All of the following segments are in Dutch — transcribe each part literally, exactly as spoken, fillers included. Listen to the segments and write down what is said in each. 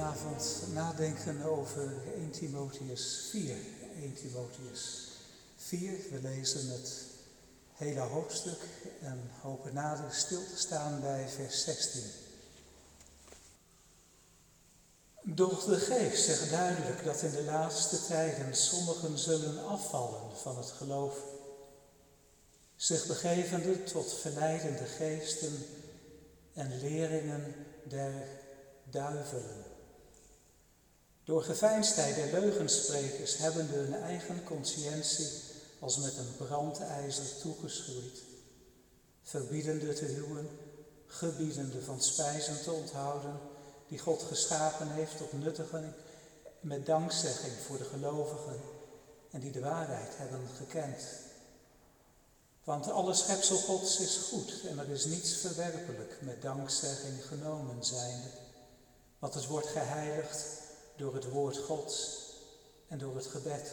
vanavond nadenken over Eerste Timotheüs vier. Eerste Timotheüs vier, we lezen het hele hoofdstuk en hopen nader stil te staan bij vers zestien. Doch de Geest zegt duidelijk dat in de laatste tijden sommigen zullen afvallen van het geloof, zich begevende tot verleidende geesten en leringen der duivelen. Door geveinsdheid der leugensprekers hebbende hun eigen consciëntie als met een brandijzer toegeschroeid, verbiedende te huwen, gebiedende van spijzen te onthouden, die God geschapen heeft tot nuttiging met dankzegging voor de gelovigen en die de waarheid hebben gekend. Want alle schepsel Gods is goed en er is niets verwerpelijk met dankzegging genomen zijnde, want het wordt geheiligd door het woord Gods en door het gebed.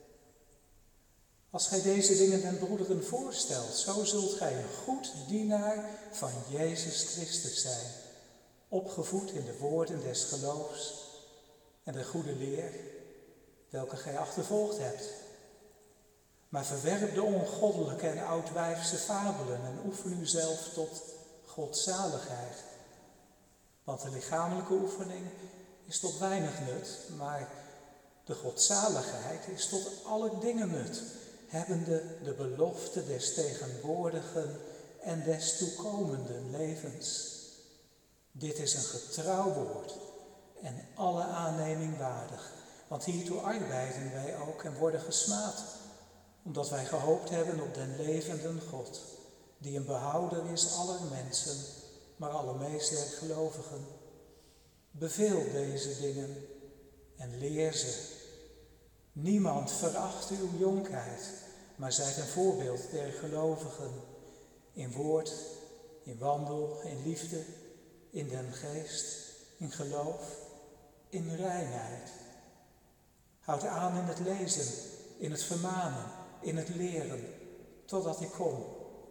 Als gij deze dingen den broederen voorstelt, zo zult gij een goed dienaar van Jezus Christus zijn, opgevoed in de woorden des geloofs en de goede leer, welke gij achtervolgd hebt. Maar verwerp de ongoddelijke en oudwijfse fabelen en oefen u zelf tot godzaligheid. Want de lichamelijke oefening is tot weinig nut, maar de godzaligheid is tot alle dingen nut, hebbende de belofte des tegenwoordigen en des toekomenden levens. Dit is een getrouw woord en alle aanneming waardig, want hiertoe arbeiden wij ook en worden gesmaad, omdat wij gehoopt hebben op den levenden God, die een behouder is aller mensen, maar allermeest der gelovigen. Beveel deze dingen en leer ze. Niemand veracht uw jonkheid, maar zijt een voorbeeld der gelovigen, in woord, in wandel, in liefde, in den geest, in geloof, in reinheid. Houd aan in het lezen, in het vermanen, in het leren, totdat ik kom.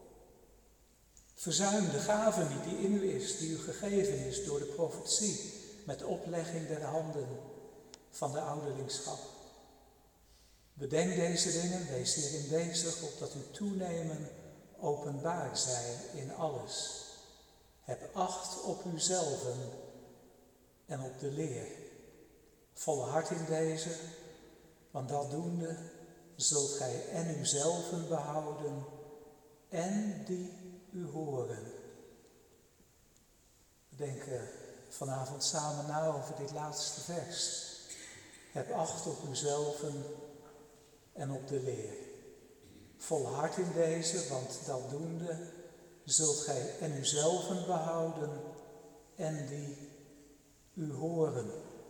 Verzuim de gave niet die in u is, die u gegeven is door de profetie, met oplegging der handen van de ouderlingschap. Bedenk deze dingen, wees hierin bezig, opdat u toenemen openbaar zij in alles. Heb acht op uzelven en op de leer. Volle hart in deze, want dat doende zult gij en uzelven behouden en die u horen. We denken vanavond samen na over dit laatste vers. Heb acht op uzelven en op de leer. Vol hart in deze, want dat doende zult gij en uzelven behouden en die u horen.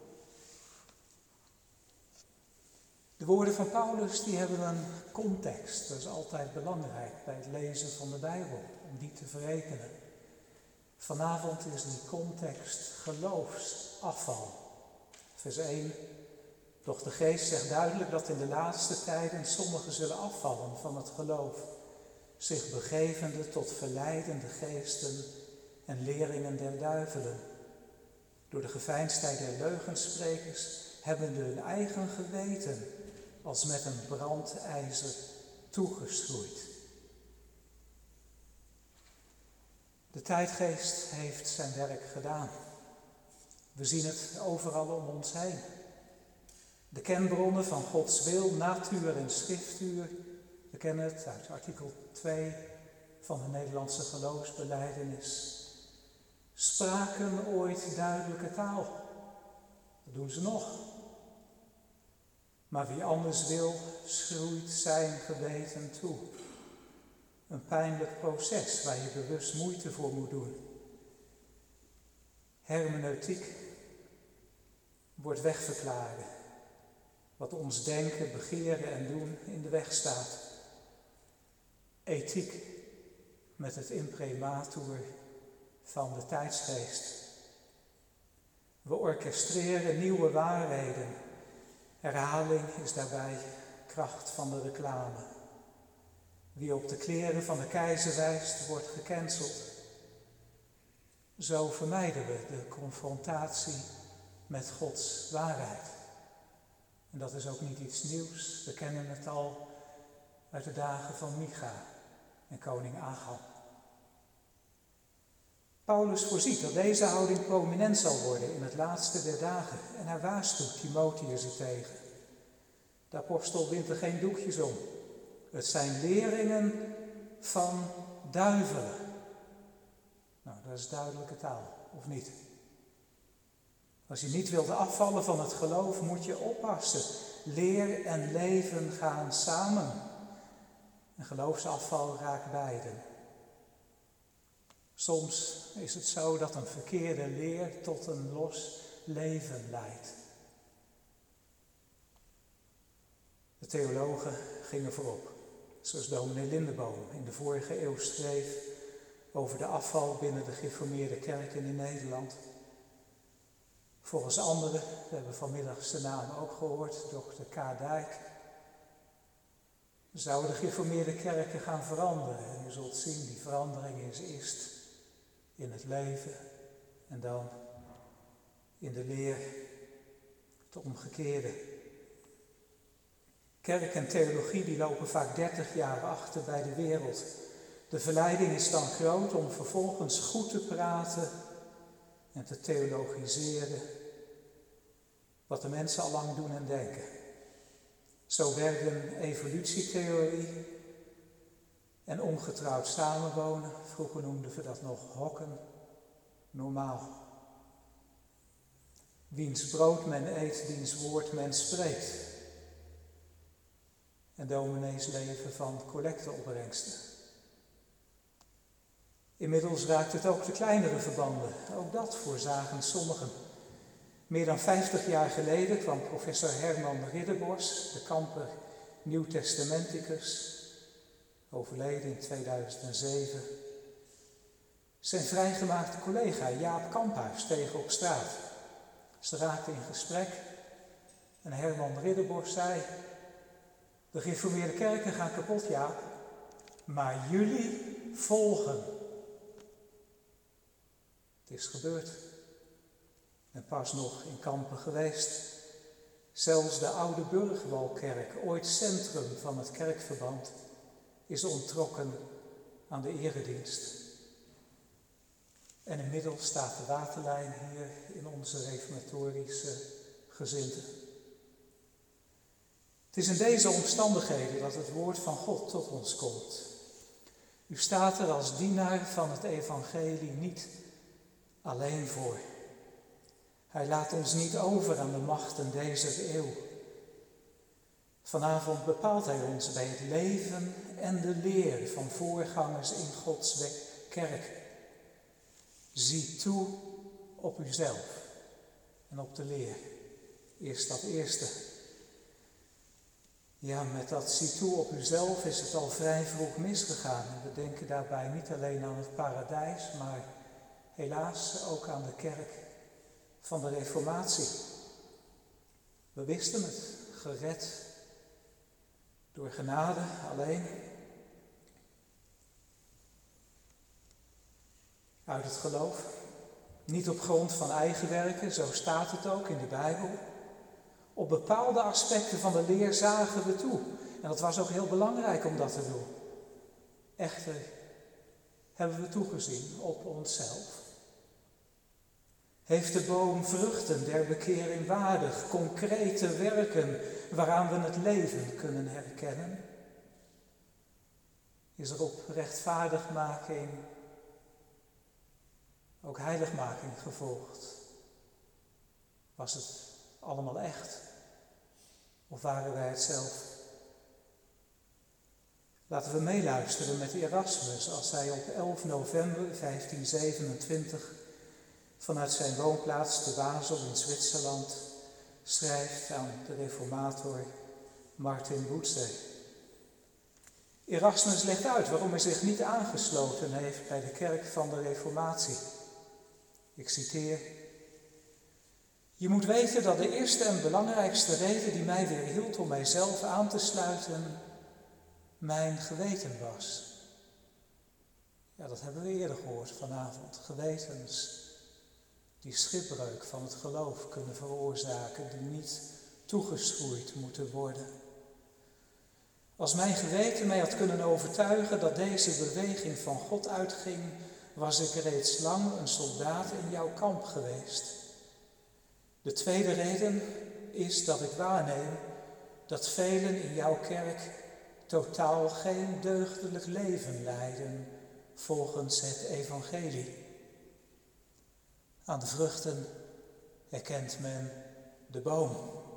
De woorden van Paulus die hebben een context. Dat is altijd belangrijk bij het lezen van de Bijbel, om die te verrekenen. Vanavond is die context geloofsafval. Vers één. Doch de Geest zegt duidelijk dat in de laatste tijden sommigen zullen afvallen van het geloof, zich begevende tot verleidende geesten en leringen der duivelen. Door de geveinsdheid der leugensprekers hebbende hun eigen geweten als met een brandijzer toegeschroeid. De tijdgeest heeft zijn werk gedaan. We zien het overal om ons heen. De kenbronnen van Gods wil, natuur en schriftuur, we kennen het uit artikel twee van de Nederlandse geloofsbelijdenis, spraken ooit duidelijke taal. Dat doen ze nog. Maar wie anders wil, schroeit zijn geweten toe. Een pijnlijk proces waar je bewust moeite voor moet doen. Hermeneutiek wordt wegverklaren. Wat ons denken, begeren en doen in de weg staat. Ethiek met het imprimatur van de tijdsgeest. We orchestreren nieuwe waarheden. Herhaling is daarbij kracht van de reclame. Wie op de kleren van de keizer wijst, wordt gecanceld. Zo vermijden we de confrontatie met Gods waarheid. En dat is ook niet iets nieuws. We kennen het al uit de dagen van Micha en koning Agab. Paulus voorziet dat deze houding prominent zal worden in het laatste der dagen. En hij waarschuwt Timotheus er tegen. De apostel wint er geen doekjes om. Het zijn leringen van duivelen. Nou, dat is duidelijke taal, of niet? Als je niet wilt afvallen van het geloof, moet je oppassen. Leer en leven gaan samen. En geloofsafval raakt beiden. Soms is het zo dat een verkeerde leer tot een los leven leidt. De theologen gingen voorop, zoals dominee Lindeboom in de vorige eeuw schreef over de afval binnen de gereformeerde kerken in Nederland. Volgens anderen, we hebben vanmiddag zijn naam ook gehoord, dokter K. Dijk, zouden de gereformeerde kerken gaan veranderen. En je zult zien, die verandering is eerst in het leven en dan in de leer, het omgekeerde. Kerk en theologie die lopen vaak dertig jaar achter bij de wereld. De verleiding is dan groot om vervolgens goed te praten en te theologiseren wat de mensen al lang doen en denken. Zo werden evolutietheorie en ongetrouwd samenwonen, vroeger noemden we dat nog hokken, normaal. Wiens brood men eet, diens woord men spreekt. En dominees leven van collecteopbrengsten. Inmiddels raakt het ook de kleinere verbanden. Ook dat voorzagen sommigen. Meer dan vijftig jaar geleden kwam professor Herman Ridderbos, de Kamper Nieuwtestamenticus, overleden in tweeduizend zeven, zijn vrijgemaakte collega Jaap Kamphuis tegen op straat. Ze raakten in gesprek en Herman Ridderbos zei: de gereformeerde kerken gaan kapot, Jaap, maar jullie volgen. Het is gebeurd. En pas nog in Kampen geweest. Zelfs de oude Burgwalkerk, ooit centrum van het kerkverband, is onttrokken aan de eredienst. En inmiddels staat de waterlijn hier in onze reformatorische gezindte. Het is in deze omstandigheden dat het woord van God tot ons komt. U staat er als dienaar van het evangelie niet alleen voor. Hij laat ons niet over aan de machten deze eeuw. Vanavond bepaalt hij ons bij het leven en de leer van voorgangers in Gods kerk. Zie toe op uzelf en op de leer. Eerst dat eerste. Ja, met dat zie toe op uzelf is het al vrij vroeg misgegaan. En we denken daarbij niet alleen aan het paradijs, maar helaas ook aan de kerk van de Reformatie. We wisten het, gered door genade alleen. Uit het geloof, niet op grond van eigen werken, zo staat het ook in de Bijbel. Op bepaalde aspecten van de leer zagen we toe. En dat was ook heel belangrijk om dat te doen. Echter hebben we toegezien op onszelf. Heeft de boom vruchten der bekering waardig, concrete werken waaraan we het leven kunnen herkennen? Is er op rechtvaardigmaking ook heiligmaking gevolgd? Was het allemaal echt? Of waren wij het zelf? Laten we meeluisteren met Erasmus als hij op elf november vijftienzevenentwintig vanuit zijn woonplaats te Basel in Zwitserland schrijft aan de reformator Martin Boetzee. Erasmus legt uit waarom hij zich niet aangesloten heeft bij de kerk van de Reformatie. Ik citeer: je moet weten dat de eerste en belangrijkste reden die mij weerhield om mijzelf aan te sluiten, mijn geweten was. Ja, dat hebben we eerder gehoord vanavond, gewetens. die schipbreuk van het geloof kunnen veroorzaken, die niet toegeschroeid moeten worden. Als mijn geweten mij had kunnen overtuigen dat deze beweging van God uitging, was ik reeds lang een soldaat in jouw kamp geweest. De tweede reden is dat ik waarneem dat velen in jouw kerk totaal geen deugdelijk leven leiden volgens het evangelie. Aan de vruchten herkent men de boom.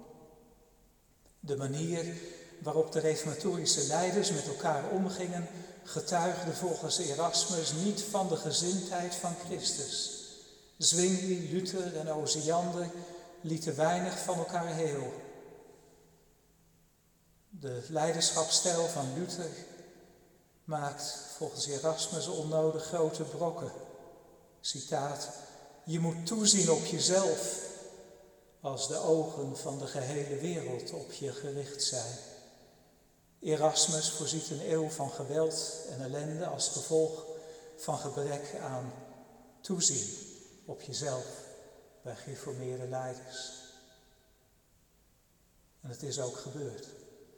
De manier waarop de reformatorische leiders met elkaar omgingen, getuigde volgens Erasmus niet van de gezindheid van Christus. Zwingli, Luther en Osiander lieten weinig van elkaar heel. De leiderschapsstijl van Luther maakt volgens Erasmus onnodig grote brokken. Citaat: je moet toezien op jezelf als de ogen van de gehele wereld op je gericht zijn. Erasmus voorziet een eeuw van geweld en ellende als gevolg van gebrek aan toezien op jezelf bij gereformeerde leiders. En het is ook gebeurd.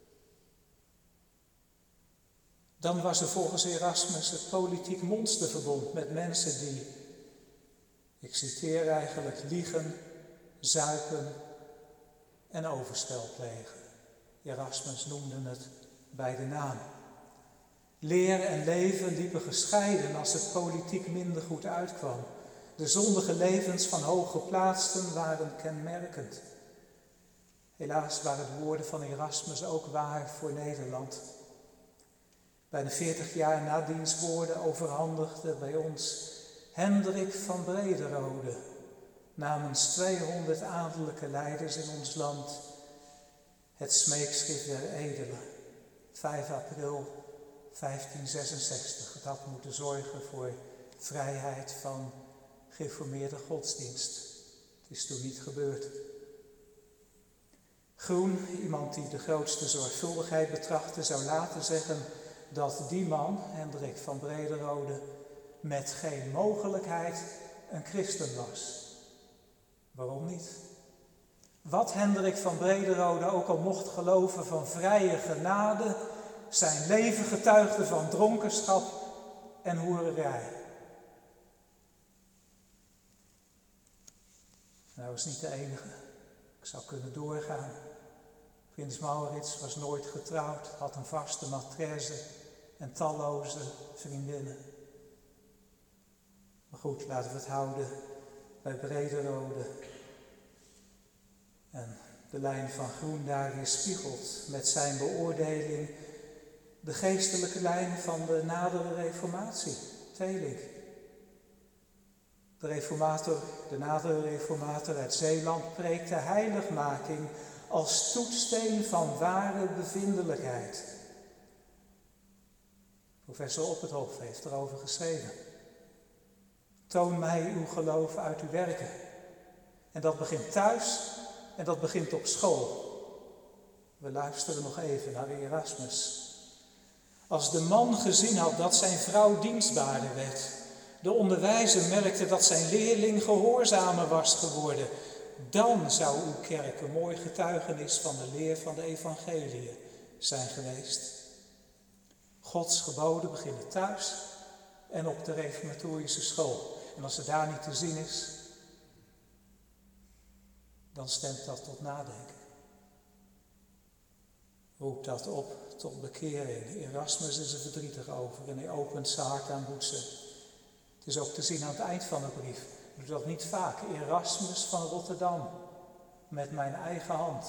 Dan was er volgens Erasmus het politiek monsterverbond met mensen die, ik citeer eigenlijk, liegen, zuipen en overspel plegen. Erasmus noemde het bij de naam. Leer en leven liepen gescheiden als het politiek minder goed uitkwam. De zondige levens van hooggeplaatsten waren kenmerkend. Helaas waren de woorden van Erasmus ook waar voor Nederland. Bijna veertig jaar na diens woorden overhandigde bij ons Hendrik van Brederode namens tweehonderd adellijke leiders in ons land het smeekschrift der edelen. vijf april vijftienhonderdzesenzestig. Het had moeten zorgen voor vrijheid van gereformeerde godsdienst. Het is toen niet gebeurd. Groen, iemand die de grootste zorgvuldigheid betrachtte, zou later zeggen dat die man, Hendrik van Brederode, met geen mogelijkheid een christen was. Waarom niet? Wat Hendrik van Brederode ook al mocht geloven van vrije genade, zijn leven getuigde van dronkenschap en hoererij. Nou, is niet de enige. Ik zou kunnen doorgaan. Prins Maurits was nooit getrouwd, had een vaste maîtresse en talloze vriendinnen. Maar goed, laten we het houden bij Brederode. En de lijn van Groen daar weer spiegelt met zijn beoordeling de geestelijke lijn van de nadere reformatie, Teylink. De reformator, de nadere reformator uit Zeeland preekte heiligmaking als toetssteen van ware bevindelijkheid. Professor Opperhof heeft erover geschreven. Toon mij uw geloof uit uw werken. En dat begint thuis en dat begint op school. We luisteren nog even naar Erasmus. Als de man gezien had dat zijn vrouw dienstbaarder werd, de onderwijzer merkte dat zijn leerling gehoorzamer was geworden, dan zou uw kerk een mooi getuigenis van de leer van de evangelie zijn geweest. Gods geboden beginnen thuis en op de reformatorische school. En als het daar niet te zien is, dan stemt dat tot nadenken. Roept dat op tot bekering. Erasmus is er verdrietig over en hij opent zijn hart aan boetsen. Het is ook te zien aan het eind van de brief. Ik doe dat niet vaak. Erasmus van Rotterdam, met mijn eigen hand.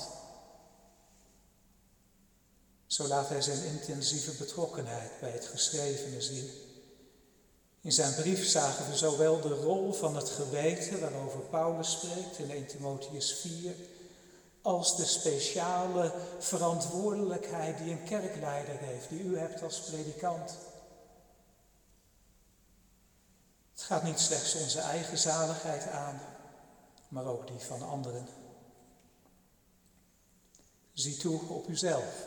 Zo laat hij zijn intensieve betrokkenheid bij het geschrevene zien. In zijn brief zagen we zowel de rol van het geweten, waarover Paulus spreekt in eerste Timotheüs vier, als de speciale verantwoordelijkheid die een kerkleider heeft, die u hebt als predikant. Het gaat niet slechts onze eigen zaligheid aan, maar ook die van anderen. Zie toe op uzelf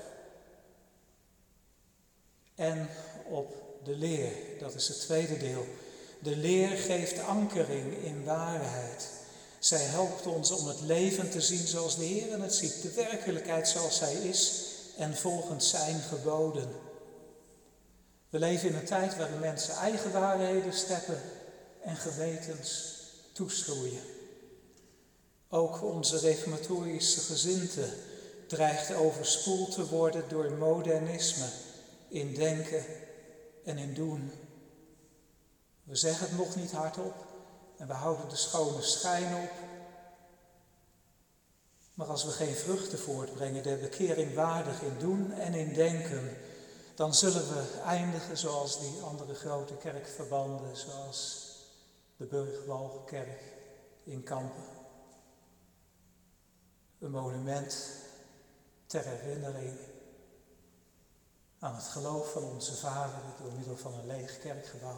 en op de leer, dat is het tweede deel. De leer geeft ankering in waarheid. Zij helpt ons om het leven te zien zoals de Heer het ziet, de werkelijkheid zoals zij is en volgens zijn geboden. We leven in een tijd waarin mensen eigen waarheden scheppen en gewetens toeschroeien. Ook onze reformatorische gezindte dreigt overspoeld te worden door modernisme in denken en in doen. We zeggen het nog niet hardop en we houden de schone schijn op. Maar als we geen vruchten voortbrengen, de bekering waardig in doen en in denken, dan zullen we eindigen zoals die andere grote kerkverbanden, zoals de Burgwalkerk in Kampen. Een monument ter herinnering aan het geloof van onze Vader door middel van een leeg kerkgebouw.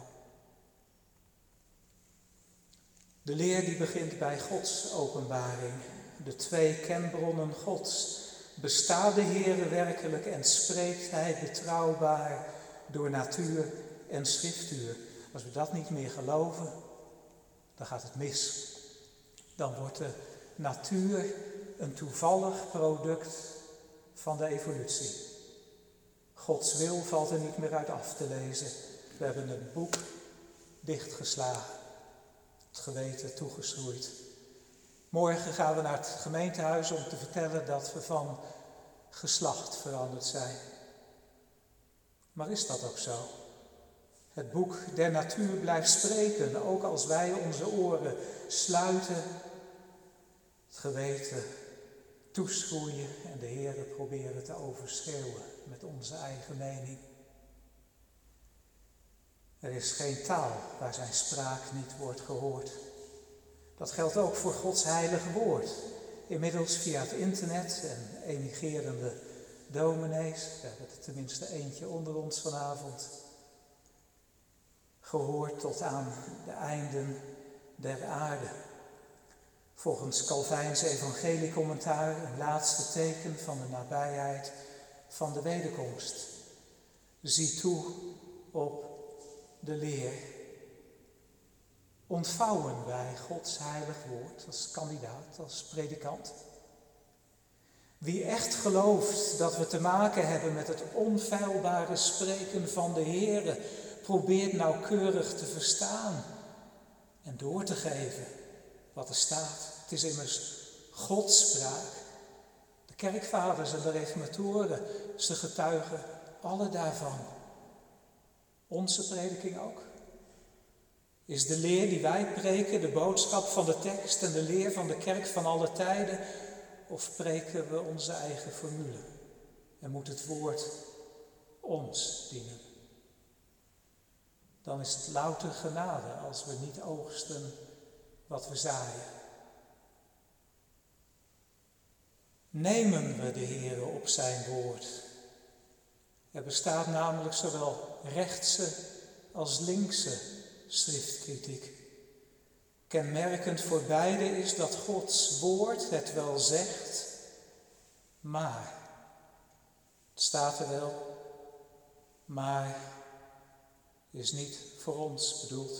De leer die begint bij Gods openbaring, de twee kenbronnen Gods. Bestaat de Heere werkelijk en spreekt Hij betrouwbaar door natuur en schriftuur? Als we dat niet meer geloven, dan gaat het mis. Dan wordt de natuur een toevallig product van de evolutie. Gods wil valt er niet meer uit af te lezen. We hebben het boek dichtgeslagen, het geweten toegeschroeid. Morgen gaan we naar het gemeentehuis om te vertellen dat we van geslacht veranderd zijn. Maar is dat ook zo? Het boek der natuur blijft spreken, ook als wij onze oren sluiten, het geweten toeschroeien en de Heere proberen te overschreeuwen met onze eigen mening. Er is geen taal waar zijn spraak niet wordt gehoord. Dat geldt ook voor Gods heilige woord. Inmiddels via het internet en emigrerende dominees, we hebben er tenminste eentje onder ons vanavond, gehoord tot aan de einden der aarde. Volgens Calvijns evangeliecommentaar een laatste teken van de nabijheid van de wederkomst. Zie toe op de leer. Ontvouwen wij Gods heilig woord als kandidaat, als predikant? Wie echt gelooft dat we te maken hebben met het onfeilbare spreken van de Heere, probeert nauwkeurig te verstaan en door te geven wat er staat. Het is immers Gods spraak. De kerkvaders en de reformatoren, ze getuigen alle daarvan. Onze prediking ook. Is de leer die wij preken de boodschap van de tekst en de leer van de kerk van alle tijden? Of preken we onze eigen formule? En moet het woord ons dienen? Dan is het louter genade als we niet oogsten wat we zaaien. Nemen we de Heere op zijn woord? Er bestaat namelijk zowel rechtse als linkse schriftkritiek. Kenmerkend voor beide is dat Gods woord het wel zegt, maar, het staat er wel, maar is niet voor ons bedoeld.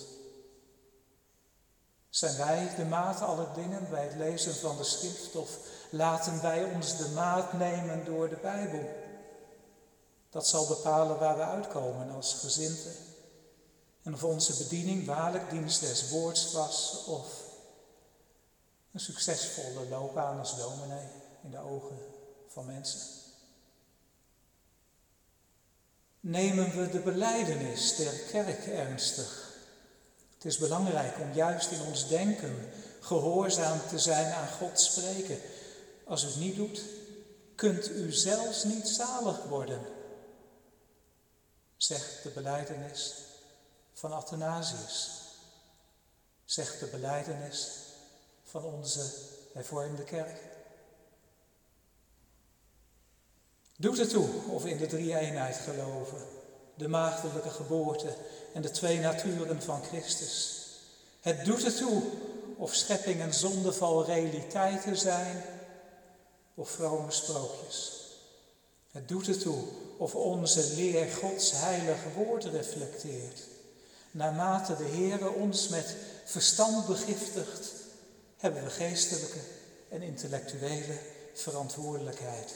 Zijn wij de maat aller dingen bij het lezen van de schrift of laten wij ons de maat nemen door de Bijbel? Dat zal bepalen waar we uitkomen als gezindte. En of onze bediening waarlijk dienst des woords was of een succesvolle loopbaan als dominee in de ogen van mensen. Nemen we de belijdenis der kerk ernstig? Het is belangrijk om juist in ons denken gehoorzaam te zijn aan Gods spreken. Als u het niet doet, kunt u zelfs niet zalig worden, zegt de belijdenis van Athanasius, zegt de belijdenis van onze hervormde kerk. Doet het toe of in de drie-eenheid geloven, de maagdelijke geboorte en de twee naturen van Christus. Het doet er toe of schepping en zondeval realiteiten zijn of vrome sprookjes. Het doet er toe of onze leer Gods heilig woord reflecteert. Naarmate de Heere ons met verstand begiftigt, hebben we geestelijke en intellectuele verantwoordelijkheid.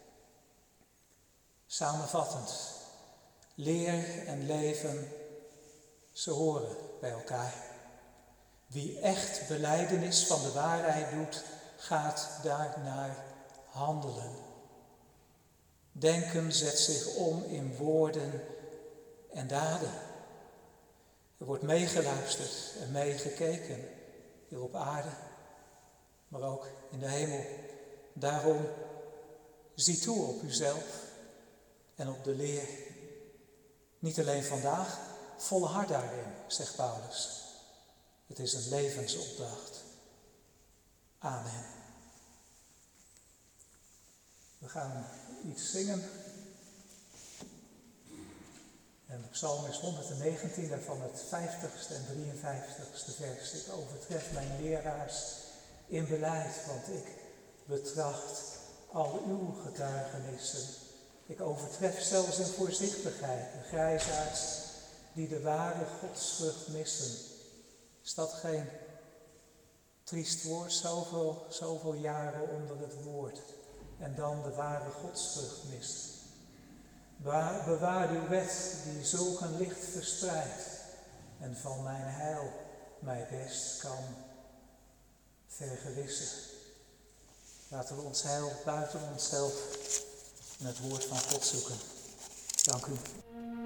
Samenvattend, leer en leven, ze horen bij elkaar. Wie echt belijdenis van de waarheid doet, gaat daarnaar handelen. Denken zet zich om in woorden en daden. Er wordt meegeluisterd en meegekeken, hier op aarde, maar ook in de hemel. Daarom, zie toe op uzelf en op de leer. Niet alleen vandaag, volhard daarin, zegt Paulus. Het is een levensopdracht. Amen. We gaan iets zingen. En de psalm is honderdnegentien, daarvan het vijftigste en drieënvijftigste vers. Ik overtref mijn leraars in beleid, want ik betracht al uw getuigenissen. Ik overtref zelfs in voorzichtigheid de grijsaards die de ware godsvrucht missen. Is dat geen triest woord, zoveel, zoveel jaren onder het woord en dan de ware godsvrucht mist? Bewaar, bewaar uw wet die zulk een licht verspreidt en van mijn heil mij best kan vergewissen. Laten we ons heil buiten onszelf in het woord van God zoeken. Dank u.